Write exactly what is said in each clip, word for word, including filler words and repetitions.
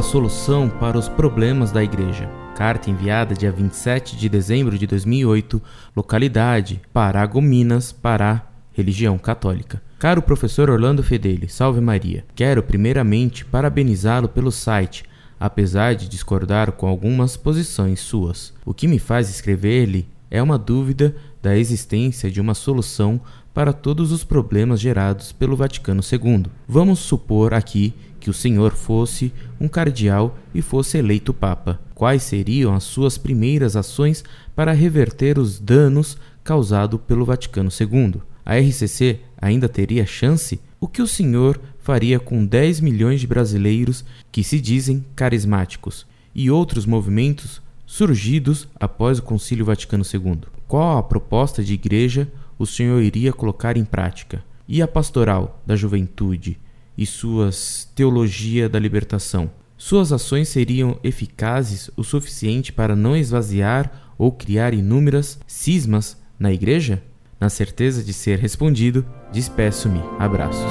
solução para os problemas da Igreja. Carta enviada dia vinte e sete de dezembro de dois mil e oito, localidade Paragominas, Pará, religião católica. Caro professor Orlando Fedeli, salve Maria. Quero primeiramente parabenizá-lo pelo site, apesar de discordar com algumas posições suas. O que me faz escrever-lhe é uma dúvida da existência de uma solução para todos os problemas gerados pelo Vaticano segundo. Vamos supor aqui que o senhor fosse um cardeal e fosse eleito papa. Quais seriam as suas primeiras ações para reverter os danos causados pelo Vaticano segundo? A R C C ainda teria chance? O que o senhor faria com dez milhões de brasileiros que se dizem carismáticos e outros movimentos surgidos após o Concílio Vaticano segundo? Qual a proposta de igreja o senhor iria colocar em prática? E a pastoral da juventude e suas teologia da libertação? Suas ações seriam eficazes o suficiente para não esvaziar ou criar inúmeras cismas na igreja? Na certeza de ser respondido, despeço-me. Abraços.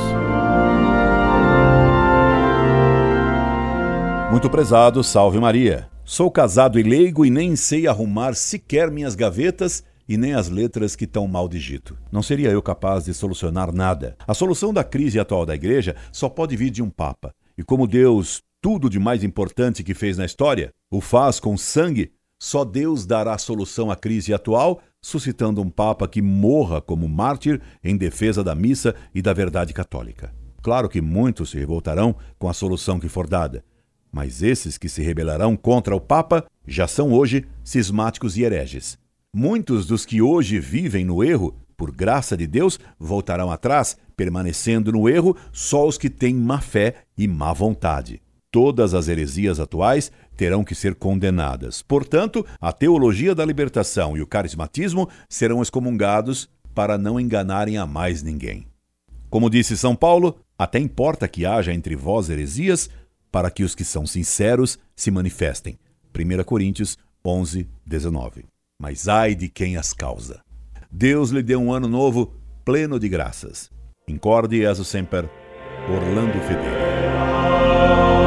Muito prezado, salve Maria. Sou casado e leigo e nem sei arrumar sequer minhas gavetas e nem as letras que tão mal digito. Não seria eu capaz de solucionar nada. A solução da crise atual da igreja só pode vir de um papa. E como Deus, tudo de mais importante que fez na história, o faz com sangue, só Deus dará solução à crise atual, suscitando um papa que morra como mártir em defesa da missa e da verdade católica. Claro que muitos se revoltarão com a solução que for dada, mas esses que se rebelarão contra o papa já são hoje cismáticos e hereges. Muitos dos que hoje vivem no erro, por graça de Deus, voltarão atrás, permanecendo no erro só os que têm má fé e má vontade. Todas as heresias atuais terão que ser condenadas. Portanto, a teologia da libertação e o carismatismo serão excomungados para não enganarem a mais ninguém. Como disse São Paulo, até importa que haja entre vós heresias, para que os que são sinceros se manifestem. primeira Coríntios onze, dezenove. Mas ai de quem as causa. Deus lhe deu um ano novo pleno de graças. Incorde Jesus Semper, Orlando Fedeli.